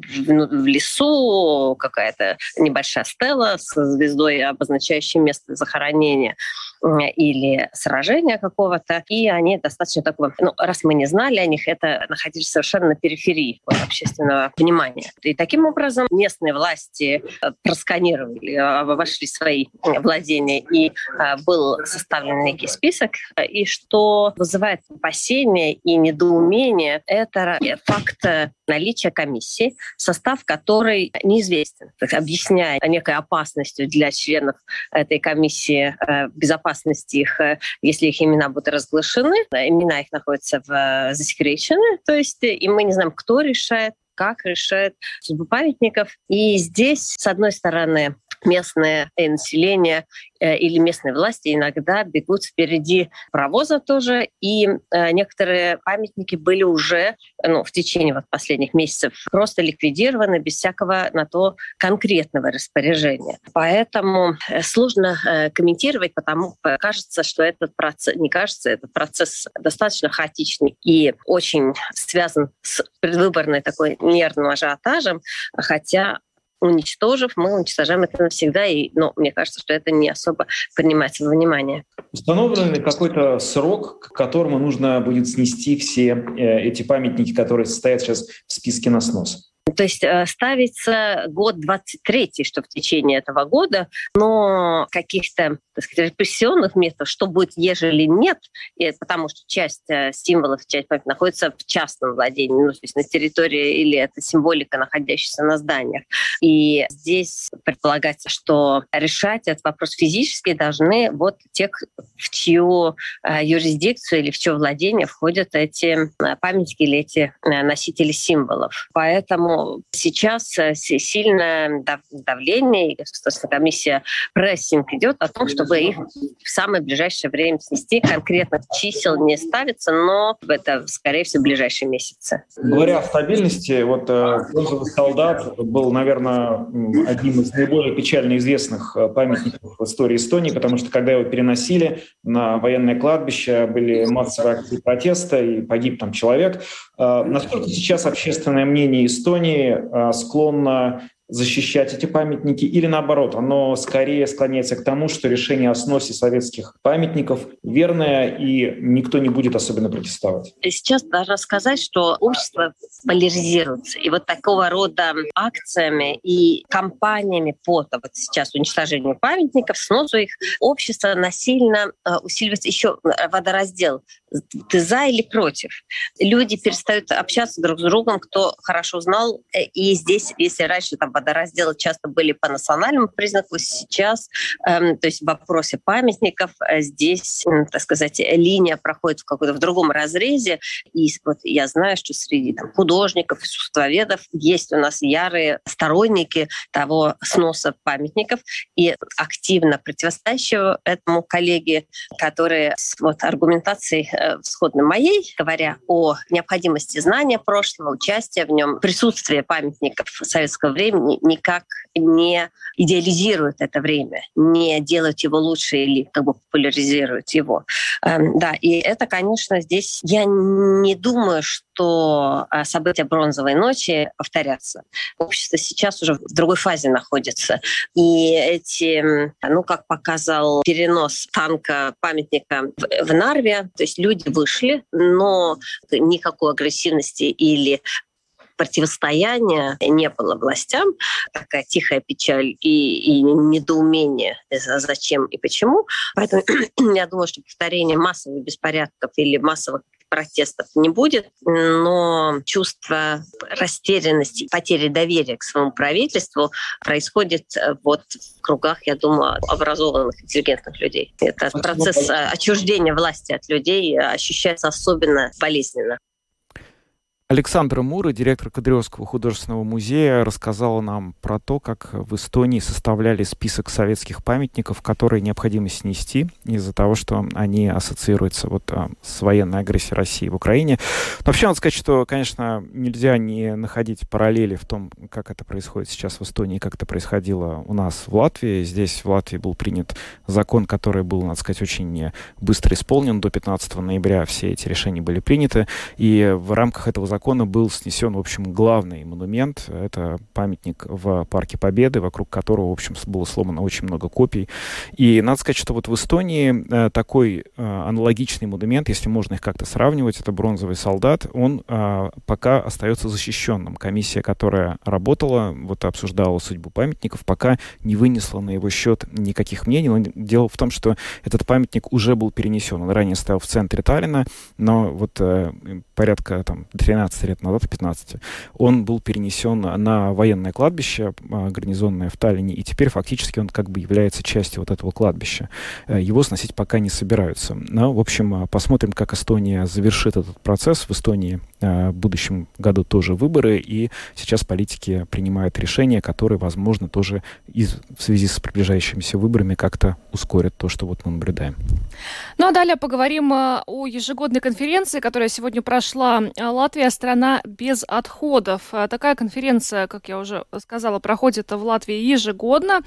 Speaker 14: в лесу какая-то небольшая стела с звездой, обозначающей место захоронения или сражения какого-то, и они достаточно такого, ну, раз мы не знали о них, это находились совершенно на периферии общественного внимания. И таким образом местные власти просканировали, обошли свои владения, и был составлен некий список, и что вызывает опасения и недоумение, это факт наличия комиссии, состав которой неизвестен, объясняя некой опасностью для членов этой комиссии безопасности их, если их имена будут разглашены. Имена их находятся в засекречены, то есть и мы не знаем, кто решает, как решает судьбу памятников. И здесь, с одной стороны, местное население э, или местные власти иногда бегут впереди паровоза тоже, и э, некоторые памятники были уже ну, в течение вот последних месяцев просто ликвидированы без всякого на то конкретного распоряжения. Поэтому сложно э, комментировать, потому что кажется, что этот процесс, не кажется, этот процесс достаточно хаотичный и очень связан с предвыборной такой нервным ажиотажем, хотя уничтожив, мы уничтожаем это навсегда, и, ну, мне кажется, что это не особо принимается во внимание.
Speaker 13: Установлен ли какой-то срок, к которому нужно будет снести все э, эти памятники, которые стоят сейчас в списке на снос?
Speaker 14: То есть э, ставится год двадцать третий, что в течение этого года, но каких-то, так сказать, репрессионных методов, что будет, ежели нет, и, потому что часть э, символов, часть памятников находится в частном владении, ну, то есть на территории, или это символика, находящаяся на зданиях. И здесь предполагается, что решать этот вопрос физически должны вот те, в чью э, юрисдикцию или в чье владение входят эти э, памятники или эти э, носители символов. Поэтому сейчас сильное давление, и Государственная комиссия прессинг идет о том, чтобы их в самое ближайшее время снести. Конкретных чисел не ставится, но это, скорее всего, в ближайшие месяцы.
Speaker 13: Говоря о стабильности, вот «Бронзовый солдат» был, наверное, одним из наиболее печально известных памятников в истории Эстонии, потому что когда его переносили на военное кладбище, были массовые акции протеста, и погиб там человек. Насколько сейчас общественное мнение Эстонии склонно защищать эти памятники, или наоборот, оно скорее склоняется к тому, что решение о сносе советских памятников верное, и никто не будет особенно протестовать?
Speaker 14: Сейчас должна сказать, что общество поляризируется. И вот такого рода акциями и кампаниями по вот сейчас уничтожению памятников, сносу их, общество насильно усиливается. Еще водораздел. Ты за или против? Люди перестают общаться друг с другом, кто хорошо знал. И здесь, если раньше там водоразделы часто были по национальному признаку, сейчас, э, то есть в вопросе памятников, э, здесь, э, так сказать, линия проходит в каком-то в другом разрезе. И вот я знаю, что среди там, художников, искусствоведов есть у нас ярые сторонники того сноса памятников и активно противостоящего этому коллеги, которые с вот, аргументацией э, сходной моей, говоря о необходимости знания прошлого, участия в нем, присутствия памятников советского времени, никак не идеализируют это время, не делают его лучше или как бы популяризируют его. Эм, да, и это, конечно, здесь я не думаю, что события Бронзовой ночи повторятся. Общество сейчас уже в другой фазе находится. И эти, ну, как показал перенос танка памятника в, в Нарве, то есть люди вышли, но никакой агрессивности или противостояния не было властям, такая тихая печаль и, и недоумение, зачем и почему. Поэтому я думаю, что повторение массовых беспорядков или массовых протестов не будет, но чувство растерянности, потери доверия к своему правительству происходит вот в кругах, я думаю, образованных, интеллигентных людей. Это процесс отчуждения власти от людей ощущается особенно болезненно.
Speaker 5: Александра Мура, директор Кадриовского художественного музея, рассказала нам про то, как в Эстонии составляли список советских памятников, которые необходимо снести из-за того, что они ассоциируются вот, а, с военной агрессией России в Украине. Но вообще, надо сказать, что, конечно, нельзя не находить параллели в том, как это происходит сейчас в Эстонии, как это происходило у нас в Латвии. Здесь в Латвии был принят закон, который был, надо сказать, очень быстро исполнен. До пятнадцатого ноября все эти решения были приняты, и в рамках этого закона закона был снесен, в общем, главный монумент. Это памятник в Парке Победы, вокруг которого, в общем, было сломано очень много копий. И надо сказать, что вот в Эстонии такой аналогичный монумент, если можно их как-то сравнивать, это бронзовый солдат, он пока остается защищенным. Комиссия, которая работала, вот обсуждала судьбу памятников, пока не вынесла на его счет никаких мнений. Но дело в том, что этот памятник уже был перенесен. Он ранее стоял в центре Таллина, но вот порядка там тринадцать лет назад, пятнадцать, он был перенесен на военное кладбище, гарнизонное в Таллине, и теперь фактически он как бы является частью вот этого кладбища. Его сносить пока не собираются. Но, в общем, посмотрим, как Эстония завершит этот процесс. В Эстонии в будущем году тоже выборы, и сейчас политики принимают решения, которые, возможно, тоже из, в связи с приближающимися выборами как-то ускорят то, что вот мы наблюдаем.
Speaker 4: Ну а далее поговорим о ежегодной конференции, которая сегодня прошла. Латвия — страна без отходов. Такая конференция, как я уже сказала, проходит в Латвии ежегодно.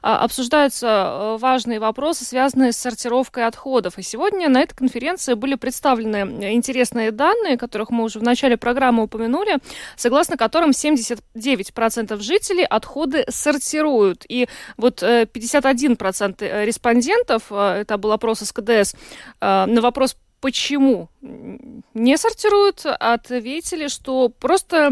Speaker 4: Обсуждаются важные вопросы, связанные с сортировкой отходов. И сегодня на этой конференции были представлены интересные данные, которых мы уже в начале программы упомянули, согласно которым семьдесят девять процентов жителей отходы сортируют. И вот пятьдесят один процент респондентов, это был опрос из ка дэ эс, на вопрос, почему не сортируют, ответили, что просто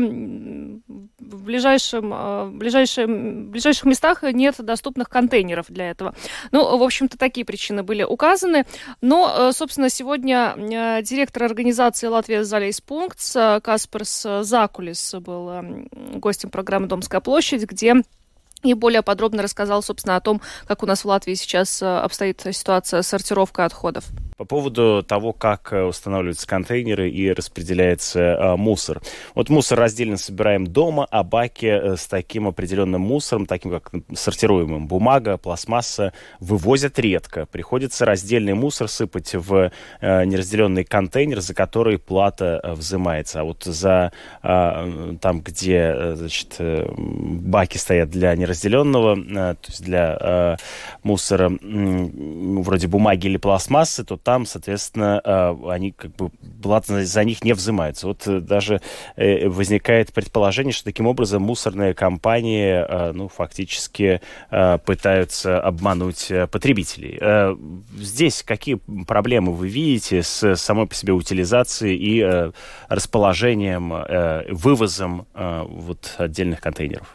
Speaker 4: в, ближайшем, в, ближайшем, в ближайших местах нет доступных контейнеров для этого. Ну, в общем-то, такие причины были указаны. Но, собственно, сегодня директор организации «Латвия Залейспунктс» Каспарс Закулис был гостем программы «Домская площадь», где и более подробно рассказал, собственно, о том, как у нас в Латвии сейчас обстоит ситуация с сортировкой отходов.
Speaker 15: По поводу того, как устанавливаются контейнеры и распределяется э, мусор. Вот мусор раздельно собираем дома, а баки э, с таким определенным мусором, таким как сортируемым бумага, пластмасса, вывозят редко. Приходится раздельный мусор сыпать в э, неразделенный контейнер, за который плата э, взимается. А вот за э, там, где э, значит, э, баки стоят для неразделенного, э, то есть для э, мусора э, вроде бумаги или пластмассы, то там, соответственно, они как бы плата за них не взимается. Вот даже возникает предположение, что таким образом мусорные компании, ну, фактически пытаются обмануть потребителей. Здесь какие проблемы вы видите с самой по себе утилизацией и расположением, вывозом вот отдельных контейнеров?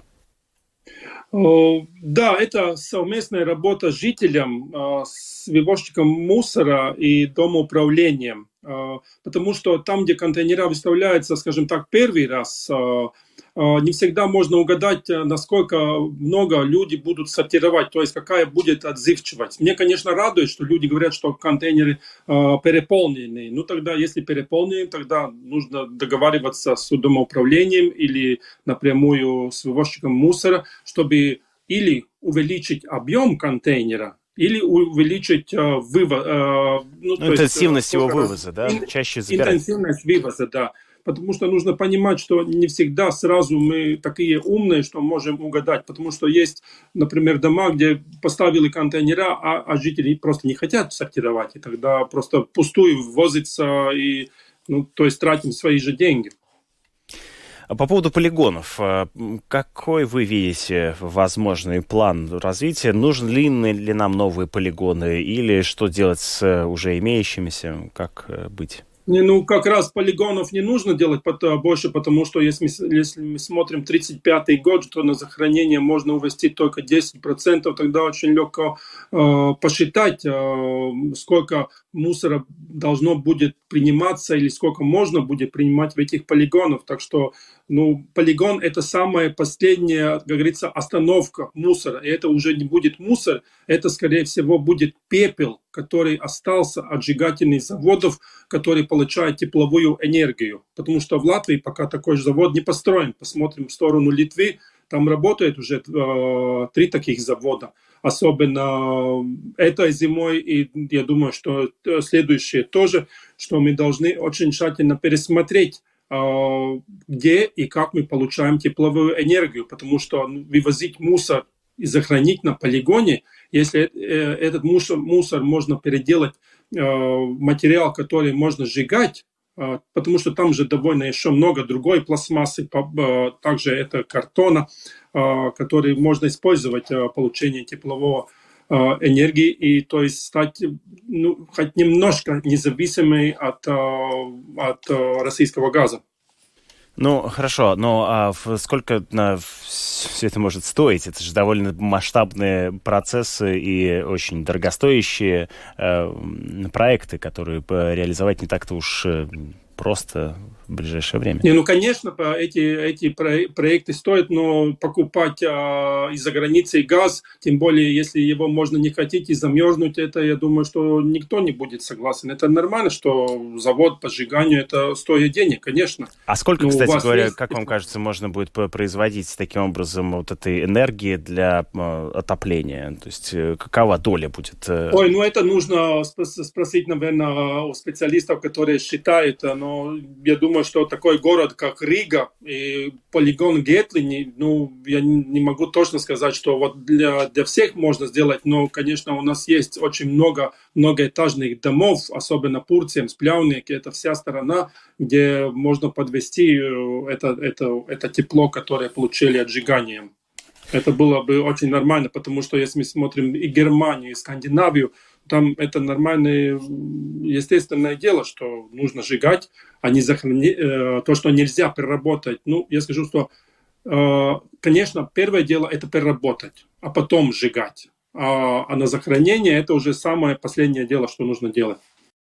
Speaker 11: Да, это совместная работа с жителем, с вывозчиком мусора и домоуправлением. Потому что там, где контейнера выставляются, скажем так, первый раз, не всегда можно угадать, насколько много люди будут сортировать, то есть какая будет отзывчивость. Мне, конечно, радует, что люди говорят, что контейнеры переполнены. Ну тогда, если переполнены, тогда нужно договариваться с домоуправлением или напрямую с вывозчиком мусора, чтобы или увеличить объем контейнера, или увеличить э, вывоз. Э, ну,
Speaker 15: ну, интенсивность есть, его вывоза, да? Чаще забирать.
Speaker 11: Интенсивность вывоза, да. Потому что нужно понимать, что не всегда сразу мы такие умные, что можем угадать. Потому что есть, например, дома, где поставили контейнера, а, а жители просто не хотят сортировать. И тогда просто пустую ввозится, и, ну, то есть тратим свои же деньги.
Speaker 15: По поводу полигонов, какой вы видите возможный план развития? Нужны ли нам новые полигоны или что делать с уже имеющимися? Как быть?
Speaker 11: Не, ну, как раз полигонов не нужно делать больше, потому что если мы, если мы смотрим тридцать пятый год, то на захоронение можно увезти только десять процентов, тогда очень легко э, посчитать, э, сколько мусора должно будет приниматься или сколько можно будет принимать в этих полигонах. Так что, ну, полигон – это самая последняя, как говорится, остановка мусора. И это уже не будет мусор, это, скорее всего, будет пепел, который остался от сжигательных заводов, которые получают тепловую энергию. Потому что в Латвии пока такой же завод не построен. Посмотрим в сторону Литвы, там работает уже э, три таких завода. Особенно этой зимой, и я думаю, что следующие тоже, что мы должны очень тщательно пересмотреть, э, где и как мы получаем тепловую энергию. Потому что вывозить мусор и захоронить на полигоне, если этот мусор, мусор можно переделать в материал, который можно сжигать, потому что там же довольно еще много другой пластмассы, также это картона, который можно использовать в получении теплового энергии, и то есть стать, ну, хоть немножко независимой от, от российского газа.
Speaker 15: Ну, хорошо, но а сколько на все это может стоить? Это же довольно масштабные процессы и очень дорогостоящие э, проекты, которые реализовать не так-то уж просто в ближайшее время.
Speaker 11: Не, ну, конечно, эти, эти проекты стоят, но покупать а, из-за границы газ, тем более, если его можно не хотеть и замерзнуть, это, я думаю, что никто не будет согласен. Это нормально, что завод по сжиганию, это стоит денег, конечно.
Speaker 15: А сколько,
Speaker 11: но
Speaker 15: кстати говоря,
Speaker 11: есть...
Speaker 15: как вам кажется, можно будет производить таким образом вот этой энергии для э, отопления? То есть какова доля будет? Э...
Speaker 11: Ой, ну это нужно спросить, наверное, у специалистов, которые считают, но я думаю, что такой город, как Рига и полигон Гетлини, ну, я не могу точно сказать, что вот для, для всех можно сделать, но, конечно, у нас есть очень много многоэтажных домов, особенно Пурцем, Сплявники, это вся сторона, где можно подвести это, это, это тепло, которое получили от сжигания. Это было бы очень нормально, потому что если мы смотрим и Германию, и Скандинавию, там это нормальное, естественное дело, что нужно сжигать, а не захоронить, э, то, что нельзя переработать. Ну, я скажу, что, э, конечно, первое дело – это переработать, а потом сжигать. А, а на захоронение – это уже самое последнее дело, что нужно делать.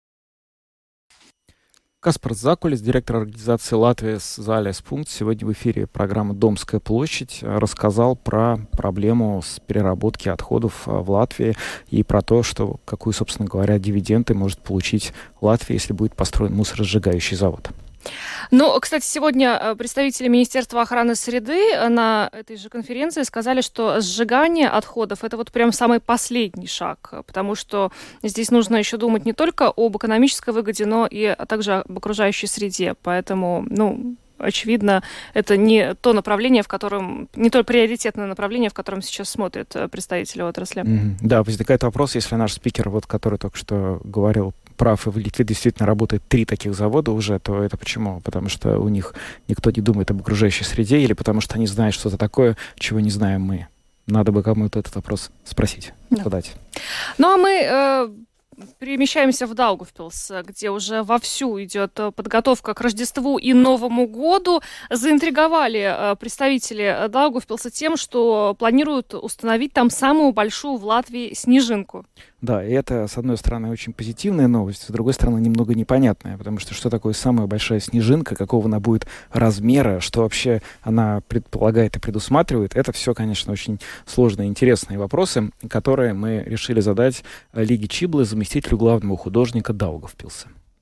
Speaker 5: Каспар Закулис, директор организации «Латвия Залес Пункт», сегодня в эфире программы «Домская площадь» рассказал про проблему с переработки отходов в Латвии и про то, что, какую, собственно говоря, дивиденды может получить Латвия, если будет построен мусоросжигающий завод.
Speaker 4: Ну, кстати, сегодня представители Министерства охраны среды на этой же конференции сказали, что сжигание отходов – это вот прям самый последний шаг, потому что здесь нужно еще думать не только об экономической выгоде, но и также об окружающей среде. Поэтому, ну, очевидно, это не то направление, в котором, не то приоритетное направление, в котором сейчас смотрят представители отрасли. Mm-hmm.
Speaker 5: Да, возникает вопрос, если наш спикер, вот, который только что говорил, прав, и в Литве действительно работает три таких завода уже, то это почему? Потому что у них никто не думает об окружающей среде, или потому что они знают что-то такое, чего не знаем мы? Надо бы кому-то этот вопрос спросить, да. задать.
Speaker 4: Ну, а мы э, перемещаемся в Даугавпилс, где уже вовсю идет подготовка к Рождеству и Новому году. Заинтриговали представители Даугавпилса тем, что планируют установить там самую большую в Латвии снежинку.
Speaker 5: Да, и это, с одной стороны, очень позитивная новость, с другой стороны, немного непонятная, потому что что такое самая большая снежинка, какого она будет размера, что вообще она предполагает и предусматривает, это все, конечно, очень сложные и интересные вопросы, которые мы решили задать Лиге Чиблы, заместителю главного художника Даугавпилса.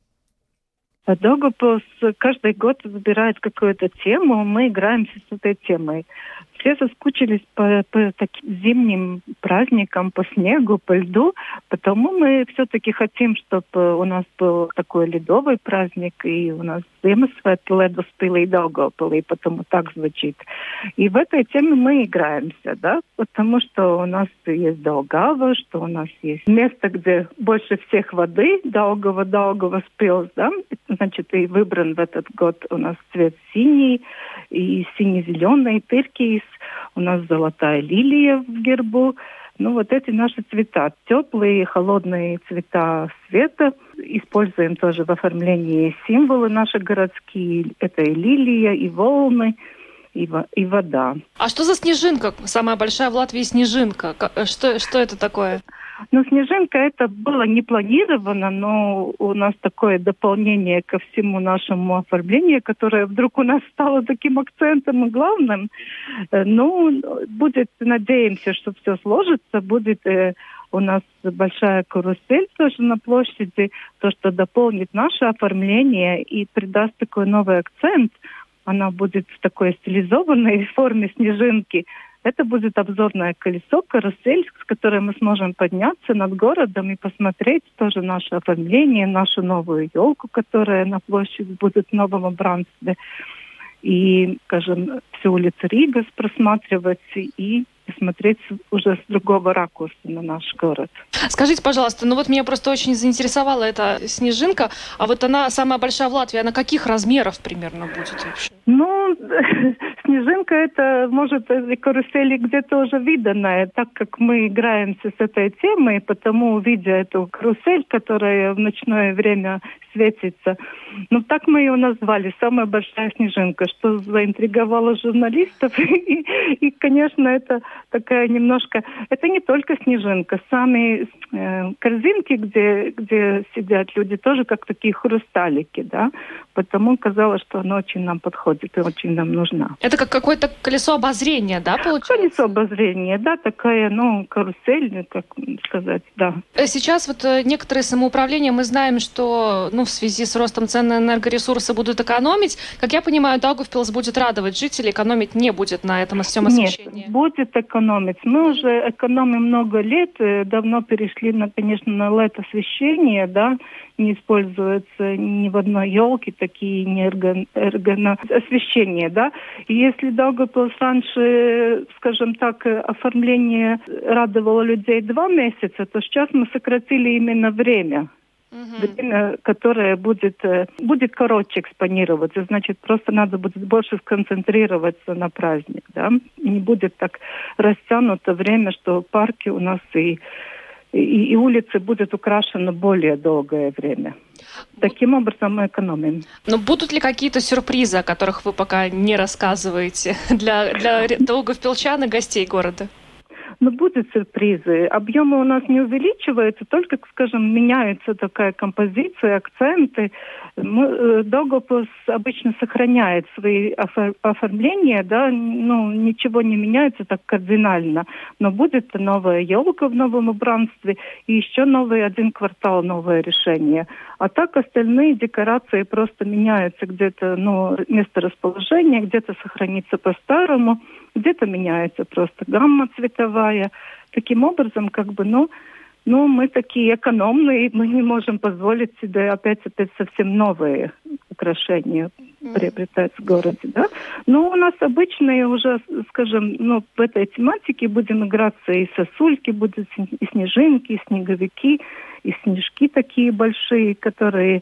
Speaker 16: Даугавпилс каждый год выбирает какую-то тему, мы играемся с этой темой. Все соскучились по, по таким зимним праздникам, по снегу, по льду, потому мы все-таки хотим, чтобы у нас был такой ледовый праздник, и у нас Ziemassvētki Ledusspilī Daugavpilī, потому так звучит. И в этой теме мы играемся, да, потому что у нас есть Daugava, что у нас есть место, где больше всех воды, Daugava, Daugavspils, да, значит, и выбран в этот год у нас цвет синий, и сине-зеленый, тыркис, у нас золотая лилия в гербу. Ну, вот эти наши цвета, теплые, холодные цвета света. используем тоже в оформлении символы наши городские. Это и лилия, и волны, и, во, и вода.
Speaker 4: А что за снежинка? Самая большая в Латвии снежинка. Что, что это такое?
Speaker 16: Ну, снежинка это было не планировано, но у нас такое дополнение ко всему нашему оформлению, которое вдруг у нас стало таким акцентом и главным. Ну, будет, надеемся, что все сложится, будет э, у нас большая карусель тоже на площади, то, что дополнит наше оформление и придаст такой новый акцент. Она будет в такой стилизованной форме снежинки. Это будет обзорное колесо, карусель, с которой мы сможем подняться над городом и посмотреть тоже наше оформление, нашу новую елку, которая на площади будет в новом убранстве. И, скажем, всю улицу Ригас просматривать и смотреть уже с другого ракурса на наш город.
Speaker 4: Скажите, пожалуйста, ну вот меня просто очень заинтересовала эта снежинка, а вот она самая большая в Латвии, она каких размеров примерно будет вообще?
Speaker 16: Ну, снежинка это, может, и карусели где-то уже виданная, так как мы играемся с этой темой, потому, видя эту карусель, которая в ночное время светится, ну, так мы ее назвали, самая большая снежинка, что заинтриговало журналистов. И, и конечно, это такая немножко... Это не только снежинка. Сами э, корзинки, где, где сидят люди, тоже как такие хрусталики, да. Потому казалось, что она очень нам подходит и очень нам нужна.
Speaker 4: Это как какое-то колесо обозрения, да, получается?
Speaker 16: Колесо обозрения, да, такая, ну, карусель, как сказать, да.
Speaker 4: Сейчас вот некоторые самоуправления, мы знаем, что, ну, в связи с ростом цен на энергоресурсы будут экономить. Как я понимаю, Даугавпилс будет радовать жителей, экономить не будет на этом всем освещении.
Speaker 16: Нет, будет экономить. Мы уже экономим много лет, давно перешли, на, конечно, на эл и ди освещение, да, не используется ни в одной елке такие энергоосвещения, да. И если Даугавпилс раньше, скажем так, оформление радовало людей два месяца, то сейчас мы сократили именно время. Uh-huh. Время, которое будет, будет короче экспонироваться, значит, просто надо будет больше сконцентрироваться на праздник, да. Не будет так растянуто время, что парки у нас и И, и улицы будут украшены более долгое время. Таким образом мы экономим.
Speaker 4: Но будут ли какие-то сюрпризы, о которых вы пока не рассказываете для, для даугавпилчан и гостей города?
Speaker 16: Ну, будут сюрпризы. Объемы у нас не увеличиваются, только, скажем, меняется такая композиция, акценты. Мы, Даугавпилс обычно сохраняет свои оформления, да, ну, ничего не меняется так кардинально. Но будет новая елка в новом убранстве и еще новый один квартал, новое решение. А так остальные декорации просто меняются где-то, ну, место расположения, где-то сохранится по-старому, где-то меняется просто гамма цветовая. Таким образом, как бы, ну, ну, мы такие экономные, мы не можем позволить себе опять опять совсем новые украшения приобретать в городе, да. Но у нас обычные уже, скажем, ну, в этой тематике будем играться и сосульки, будут и снежинки, и снеговики, и снежки такие большие, которые...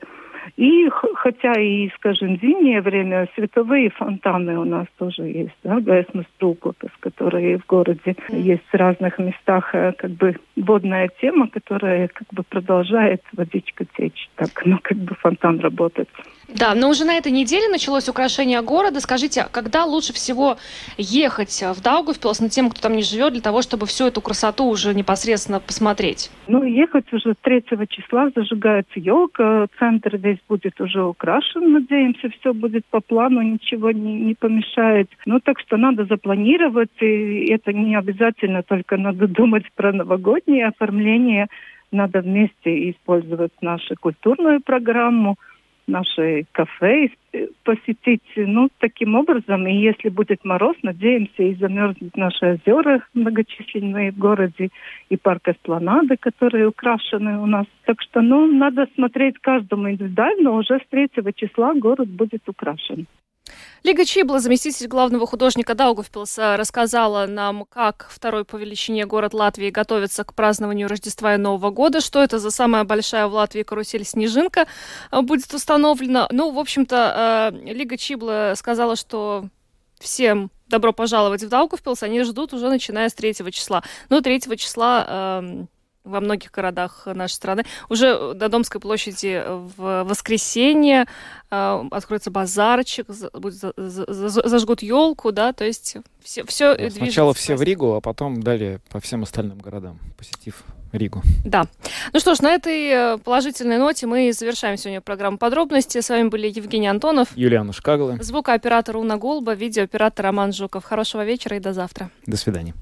Speaker 16: И хотя и, скажем, зимнее время световые фонтаны у нас тоже есть, да, gaismas trūkotnes, которые в городе есть в разных местах, как бы водная тема, которая как бы продолжает водичка течь, так, ну, как бы фонтан работает.
Speaker 4: Да, но уже на этой неделе началось украшение города. Скажите, а когда лучше всего ехать в Даугавпилс, ну, тем, кто там не живет, для того, чтобы всю эту красоту уже непосредственно посмотреть?
Speaker 16: Ну, ехать уже третьего числа, зажигается елка, центр весь будет уже украшен, надеемся, все будет по плану, ничего не, не помешает. Ну, так что надо запланировать, и это не обязательно, только надо думать про новогоднее оформление, надо вместе использовать нашу культурную программу, наши кафе посетить, ну, таким образом, и если будет мороз, надеемся, и замерзнут наши озера многочисленные в городе, и парк Эспланады, которые украшены у нас. Так что, ну, надо смотреть каждому индивидуально, уже с третьего числа город будет украшен.
Speaker 4: Лига Чибла, заместитель главного художника Даугавпилса, рассказала нам, как второй по величине город Латвии готовится к празднованию Рождества и Нового года, что это за самая большая в Латвии карусель «Снежинка» будет установлена. Ну, в общем-то, Лига Чибла сказала, что всем добро пожаловать в Даугавпилс, они ждут уже начиная с третьего числа. Ну, третьего числа... во многих городах нашей страны. Уже на Домской площади в воскресенье э, откроется базарчик, за, за, за, зажгут елку, да, то есть все, все
Speaker 5: да,
Speaker 4: движется.
Speaker 5: Сначала все в Ригу, а потом далее по всем остальным городам, посетив Ригу.
Speaker 4: Да. Ну что ж, на этой положительной ноте мы завершаем сегодня программу «Подробности». С вами были Евгений Антонов,
Speaker 5: Юлиана Шкагла,
Speaker 4: звукооператор Уна Голуба, видеооператор Роман Жуков. Хорошего вечера и до завтра.
Speaker 5: До свидания.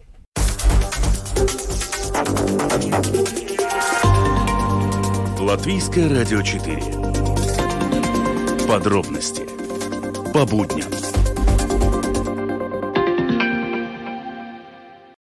Speaker 3: Латвийское радио четыре. Подробности по будням.